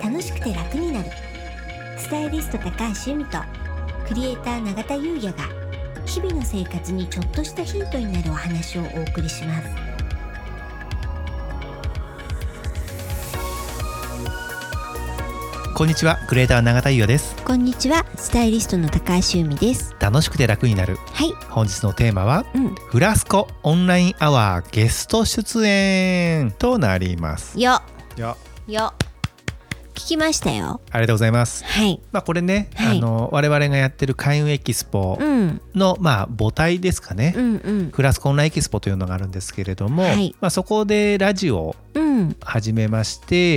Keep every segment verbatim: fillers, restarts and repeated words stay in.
楽しくて楽になる。スタイリスト高橋由美とクリエイター永田優也が日々の生活にちょっとしたヒントになるお話をお送りします。 こんにちは、クリエイター永田優也です。 こんにちは、スタイリストの高橋由美です。 楽しくて楽になる。 はい。 本日のテーマは、 うん、 フラスコオンラインアワーゲスト出演となります。 よよよ聞きましたよ。 ありがとうございます。 はい。 まあこれね、 はい、 あの我々がやってる開運エキスポの、うん、まあ母体ですかね、うんうん、フラスコオンラインエキスポというのがあるんですけれども、はい、まあそこでラジオを始めまして、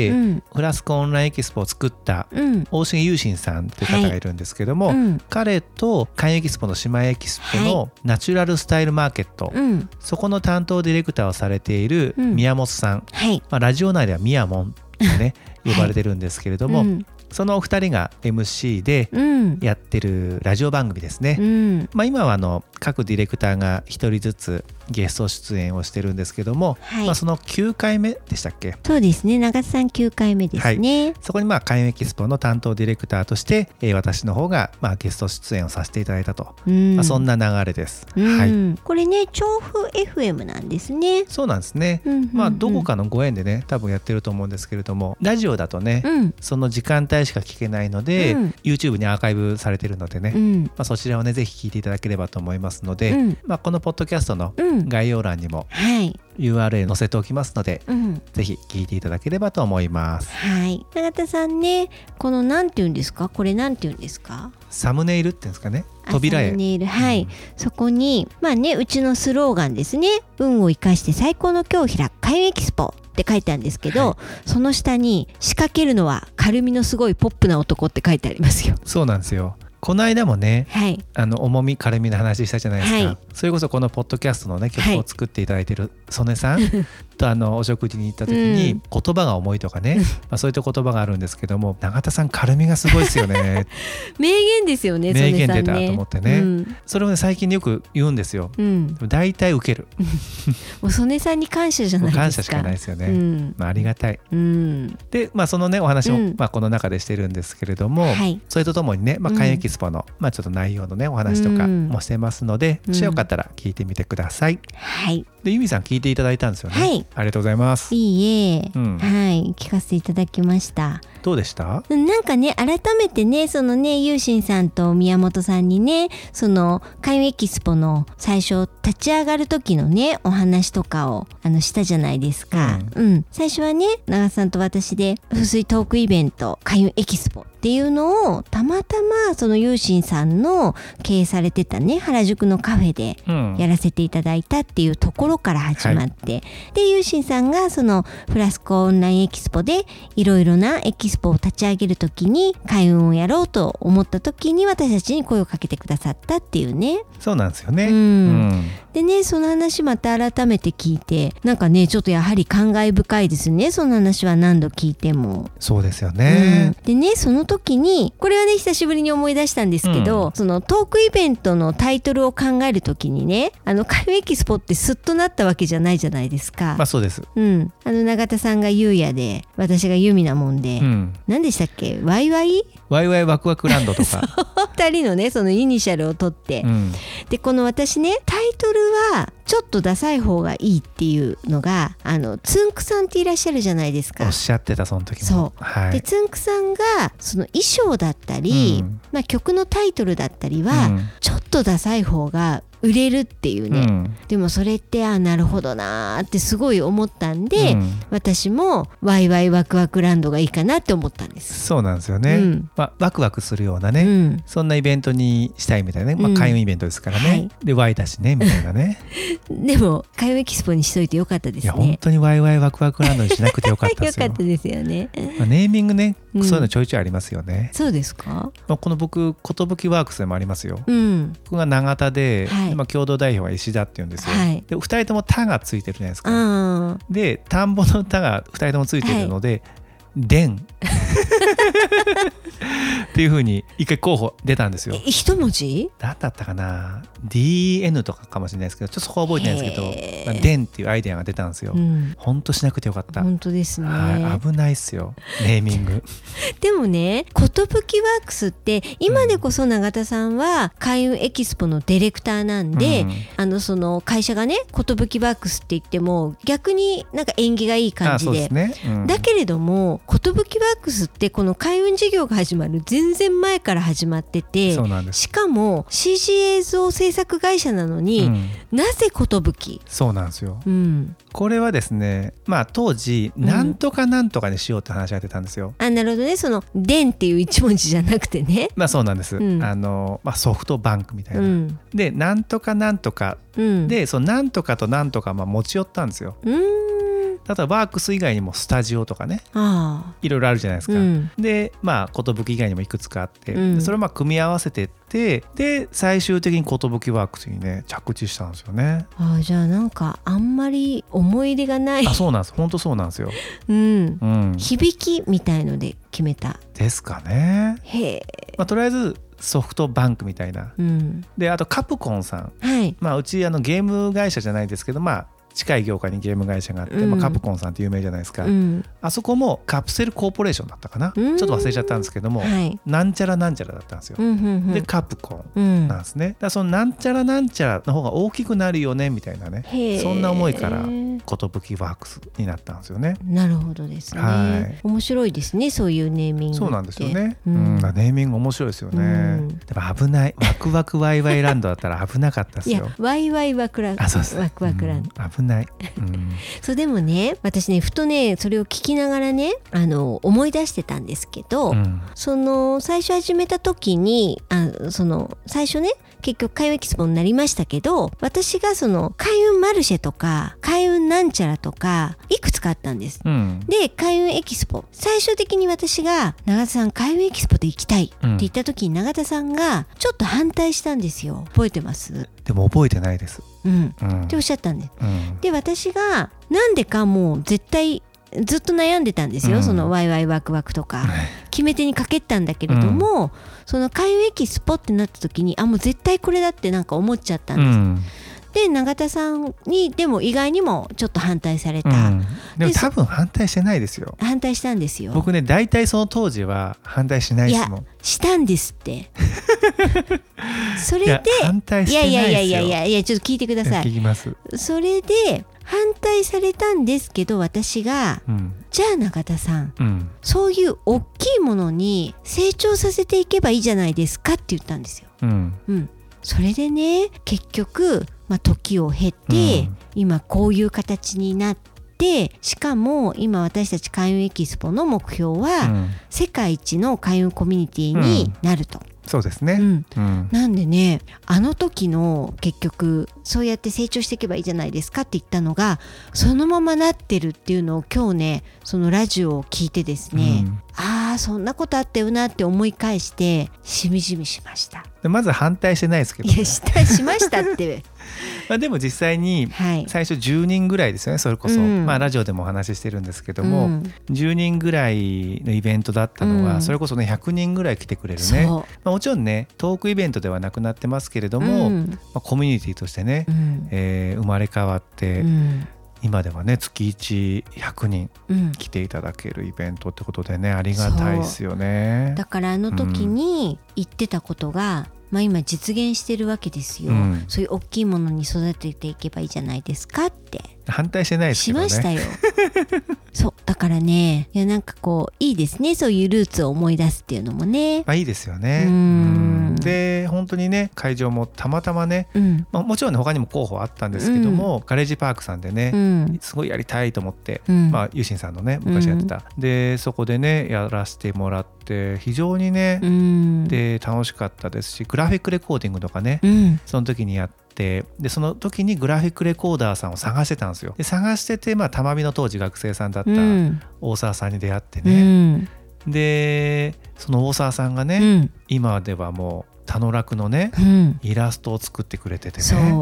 うん、フラスコオンラインエキスポを作った大重優心さんという方がいるんですけども、はいうん、彼と開運エキスポの姉妹エキスポのナチュラルスタイルマーケット、はい、そこの担当ディレクターをされている宮本さん、はいまあ、ラジオ内ではミヤモンってね呼ばれてるんですけれども、はいうん、そのお二人が エムシー でやってるラジオ番組ですね、うんまあ、今はあの各ディレクターが一人ずつゲスト出演をしてるんですけども、はいまあ、そのきゅうかいめでしたっけ。 そうですね、長津さんきゅうかいめですね、はい、 そこにまあ開運エキスポの担当ディレクターとして、えー、私の方がまあゲスト出演をさせていただいたと、うんまあ、そんな流れです、うんはい、 これね調布 エフエム なんですね。 そうなんですね、うんうんうんまあ、どこかのご縁でね多分やってると思うんですけれども、ラジオだとね、うん、その時間帯しか聞けないので、うん、YouTube にアーカイブされてるのでね、うんまあ、そちらをねぜひ聞いていただければと思いますので、うんまあ、このポッドキャストの概要欄にも、はい、ユーアールエル 載せておきますので、うん、ぜひ聞いていただければと思います。 はい。永田さんね、このなんて言うんですか、これなんて言うんですか。 サムネイルって言うんですかね。扉絵。 サムネイル、はい、うん。そこにまあねうちのスローガンですね。運を生かして最高の今日開く開運エキスポって書いてあるんですけど、はい、その下に仕掛けるのは軽みのすごいポップな男って書いてありますよ。 そうなんですよ。この間もね、はい、あの重み軽みの話したじゃないですか、はい、それこそこのポッドキャストのね曲を作っていただいている曽根さんとあのお食事に行った時に、うん、言葉が重いとかね、まあ、そういった言葉があるんですけども、永田さん軽みがすごいですよね名言ですよね。 名言出たと思ってね、うん、それをね最近よく言うんですよ、うん、だいたいウケるもう曽根さんに感謝じゃないですか。 感謝しかないですよね、うんまあ、ありがたい、うん、で、まあ、そのねお話も、うんまあ、この中でしてるんですけれども、はい、それとともにね、まあ、開運エキスポの、まあ、ちょっと内容のねお話とかもしてますので、うん、もしよかったら聞いてみてください、はい。で由美さん聞いていただいたんですよね、はい、ありがとうございます。 いいえ、うん、はい聞かせていただきました。 どうでした？ なんかね改めてねそのねゆうしんさんと宮本さんにねその開運エキスポの最初立ち上がる時のねお話とかをあのしたじゃないですか、うん、うん、最初はね長さんと私で風水トークイベント開運エキスポっていうのをたまたまそのゆうしんさんの経営されてたね原宿のカフェでやらせていただいたっていうところから始まって、うんはい、でゆうしんさんがそのフラスコオンラインエキスポでいろいろなエキスポを立ち上げるときに開運をやろうと思ったときに私たちに声をかけてくださったっていうね。 そうなんですよね、うんうん、でねその話また改めて聞いてなんかねちょっとやはり感慨深いですね。その話は何度聞いても。 そうですよね、 うん、でねその時にこれはね久しぶりに思い出したんですけど、うん、そのトークイベントのタイトルを考える時にねあの開運エキスポってスッとなったわけじゃないじゃないですか。 まあそうです、 うん、あの永田さんがゆうやで私がゆみなもんで、うん、何でしたっけワイワイワイワイワクワクランドとかふたりのねそのイニシャルを取って、うん、でこの私ねタイトルはちょっとダサい方がいいっていうのがあのつんくさんっていらっしゃるじゃないですか。 おっしゃってたその時も。 そう、はい、でつんくさんがその衣装だったり、うんまあ、曲のタイトルだったりは、うん、ちょっとダサい方が売れるっていうね、うん、でもそれってあなるほどなーってすごい思ったんで、うん、私もワイワイワクワクランドがいいかなって思ったんです。 そうなんですよね、うんまあ、ワクワクするようなね、うん、そんなイベントにしたいみたいなね、まあ、開運イベントですからね、うんはい、でワイだしねみたいなねでも開運エキスポにしといてよかったですね。 いや本当にワイワイワクワクランドにしなくてよかったですよよかったですよね、 まあ、ネーミングね、うん、そういうのちょいちょいありますよね。 そうですか、 まあ、この僕ことぶきワークスでもありますよ、うん、僕が永田で、はい、まあ、共同代表は石田っていうんですよ、はい、でふたりとも田がついてるじゃないですか。で田んぼの田がふたりともついてるので、はい、 デンっていう風に一回候補出たんですよ。 一文字何だったかな ディーエヌ とかかもしれないですけど、ちょっとそこは覚えてないんですけど、まあ、デンっていうアイデアが出たんですよ。本当、うん、しなくてよかった。 本当ですね、 はい、危ないっすよネーミングでもね、ことぶきワークスって今でこそ永田さんは開運エキスポのディレクターなんで、うん、あのその会社がねことぶきワークスって言っても逆になんか縁起がいい感じ で, で、ねうん、だけれどもことぶきワークスってこの開運事業が始まる全然前から始まってて、 そうなんです。 しかも シージー 映像制作会社なのに、うん、なぜことぶき。 そうなんですよ、うん、これはですね、まあ当時なんとかなんとかにしようって話が出たんですよ、 うん、あ、なるほどね。その電っていう一文字じゃなくてね。 まあそうなんです、うん、あのまあ、ソフトバンクみたいな、うん、でなんとかなんとか、うん、でそのなんとかとなんとかまあ持ち寄ったんですよ。うーん、例えばワークス以外にもスタジオとかね、あいろいろあるじゃないですか、うん、でまあ寿以外にもいくつかあって、うん、それをまあ組み合わせてってで最終的に寿ワークスにね着地したんですよね。 あ、じゃあなんかあんまり思い入れがない。 あ、そうなんです、本当そうなんですよ、 うんうん、響きみたいので決めたですかね。 へえ、 まあ、とりあえずソフトバンクみたいな、うん、であとカプコンさん、はい、まあ、うちあのゲーム会社じゃないですけど、まあ近い業界にゲーム会社があって、うん、まあ、カプコンさんって有名じゃないですか、うん、あそこもカプセルコーポレーションだったかな、うん、ちょっと忘れちゃったんですけども、はい、なんちゃらなんちゃらだったんですよ、うんうんうん、でカプコンなんですね、だからそのなんちゃらなんちゃらの方が大きくなるよねみたいなね、そんな思いから寿ワークスになったんですよね。 なるほどですね、はい、面白いですね、そういうネーミングって。 そうなんですよね、うん、ネーミング面白いですよね、うん、でも危ない、ワクワクワイワイランドだったら危なかったですよ。いや、 ワイワイワクランド、ワクワクランド、 うん、危ない、うんそうでもね、私ねふとねそれを聞きながらねあの思い出してたんですけど、うん、その最初始めた時にあその最初ね結局開運エキスポになりましたけど、私がその開運マルシェとか開運なんちゃらとかいくつかあったんです、うん、で開運エキスポ最終的に私が永田さん開運エキスポで行きたいって言った時に永田さんがちょっと反対したんですよ。覚えてます？ でも覚えてないです、 うんうん、っておっしゃったんです、うん、で私がなんでかもう絶対ずっと悩んでたんですよ、うん、そのワイワイワクワクとか決め手にかけたんだけれども、うん、その開運エキスポってなった時にあもう絶対これだってなんか思っちゃったんです、うん、で永田さんにでも意外にもちょっと反対された、うん、 でも多分反対してないですよ。 反対したんですよ。 僕ね大体その当時は反対しないですもん。いやしたんですってそれで反対してないですよ。 いやいやいやいやいやちょっと聞いてください。 聞きます。 それで反対されたんですけど私が、うん、じゃあ永田さん、うん、そういう大きいものに成長させていけばいいじゃないですかって言ったんですよ、うんうん、それでね結局、まあ、時を経て、うん、今こういう形になってしかも今私たち開運エキスポの目標は、うん、世界一の開運コミュニティになると、うんそうですね、 うんうん、なんでねあの時の結局そうやって成長していけばいいじゃないですかって言ったのがそのままなってるっていうのを今日ねそのラジオを聞いてですね、うん、ああそんなことあったよなって思い返してしみじみしました。 でまず反対してないですけど、ね、 いやしたしましたってまあでも実際に最初じゅうにんぐらいですよねそれこそ、うん、まあラジオでもお話ししてるんですけども、うん、じゅうにんぐらいのイベントだったのは、うん、それこそねひゃくにんぐらい来てくれるね、まあ、もちろんねトークイベントではなくなってますけれども、うんまあ、コミュニティとしてね、うんえー、生まれ変わって、うん今ではね月いちひゃくにん来ていただけるイベントってことでね、うん、ありがたいですよね。 だからあの時に言ってたことが、うんまあ、今実現してるわけですよ、うん、そういう大きいものに育てていけばいいじゃないですかって反対してないですけどね。 しましたよそうだからねいやなんかこういいですねそういうルーツを思い出すっていうのもね、 まあ、いいですよね。うんで本当にね会場もたまたまね、うんまあ、もちろん、ね、他にも候補あったんですけども、うん、ガレージパークさんでね、うん、すごいやりたいと思って、うんまあ、ユーシンさんのね昔やってた、うん、でそこでねやらせてもらって非常にね、うん、で楽しかったですしグラフィックレコーディングとかね、うん、その時にやってでその時にグラフィックレコーダーさんを探してたんですよ。で探してて、まあ、たまびの当時学生さんだった大沢さんに出会ってね、うん、でその大沢さんがね、うん、今ではもう田野楽のね、うん、イラストを作ってくれててねそう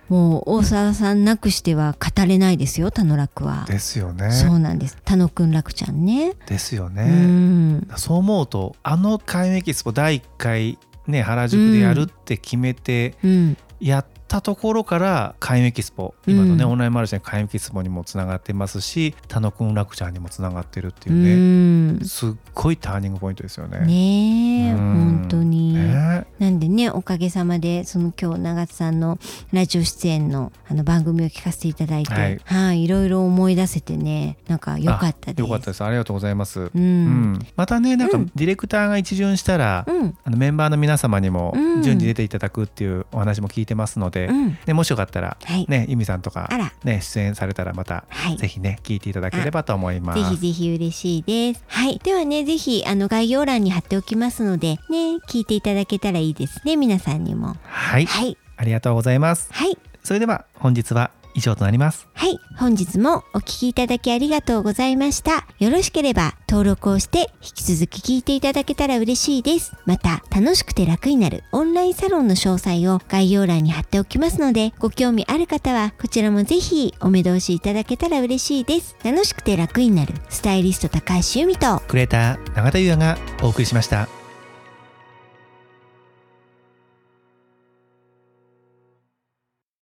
もう大沢さんなくしては語れないですよ、田野楽は。 ですよね。 そうなんです。田野くん楽ちゃんね。 ですよね。うんそう思うとあの開運エキスポだいいっかいね原宿でやるって決めてやったところから開運エキスポ、今のね、うん、オンラインマルシェの開運エキスポにもつながってますし、田野くん楽ちゃんにもつながってるっていうね、うん、すっごいターニングポイントですよね。 ねえ、うん、本当に、ね、なんでね、おかげさまでその今日長津さんのラジオ出演のあの番組を聞かせていただいて、はい、はい、いろいろ思い出せてね、なんか良かったです。 良かったです。ありがとうございます。うんうん、またね、なんかディレクターが一巡したら、うん、あのメンバーの皆様にも順次出ていただくっていうお話も聞いてますので、うん、ね、もしよかったら、はい、ね、由美さんとか、ね、出演されたらまた、はい、ぜひね聞いていただければと思います。 ぜひぜひ嬉しいです。はい、ではね、ぜひあの概要欄に貼っておきますのでね、聞いていただけたらいいですね、皆さんにも。 はい、はい、ありがとうございます。 はい、 それでは本日は以上となります。 はい、本日もお聞きいただきありがとうございました。よろしければ登録をして引き続き聞いていただけたら嬉しいです。また楽しくて楽になるオンラインサロンの詳細を概要欄に貼っておきますので、ご興味ある方はこちらもぜひお目通しいただけたら嬉しいです。楽しくて楽になるスタイリスト高橋由美とクリエイター永田優也がお送りしました。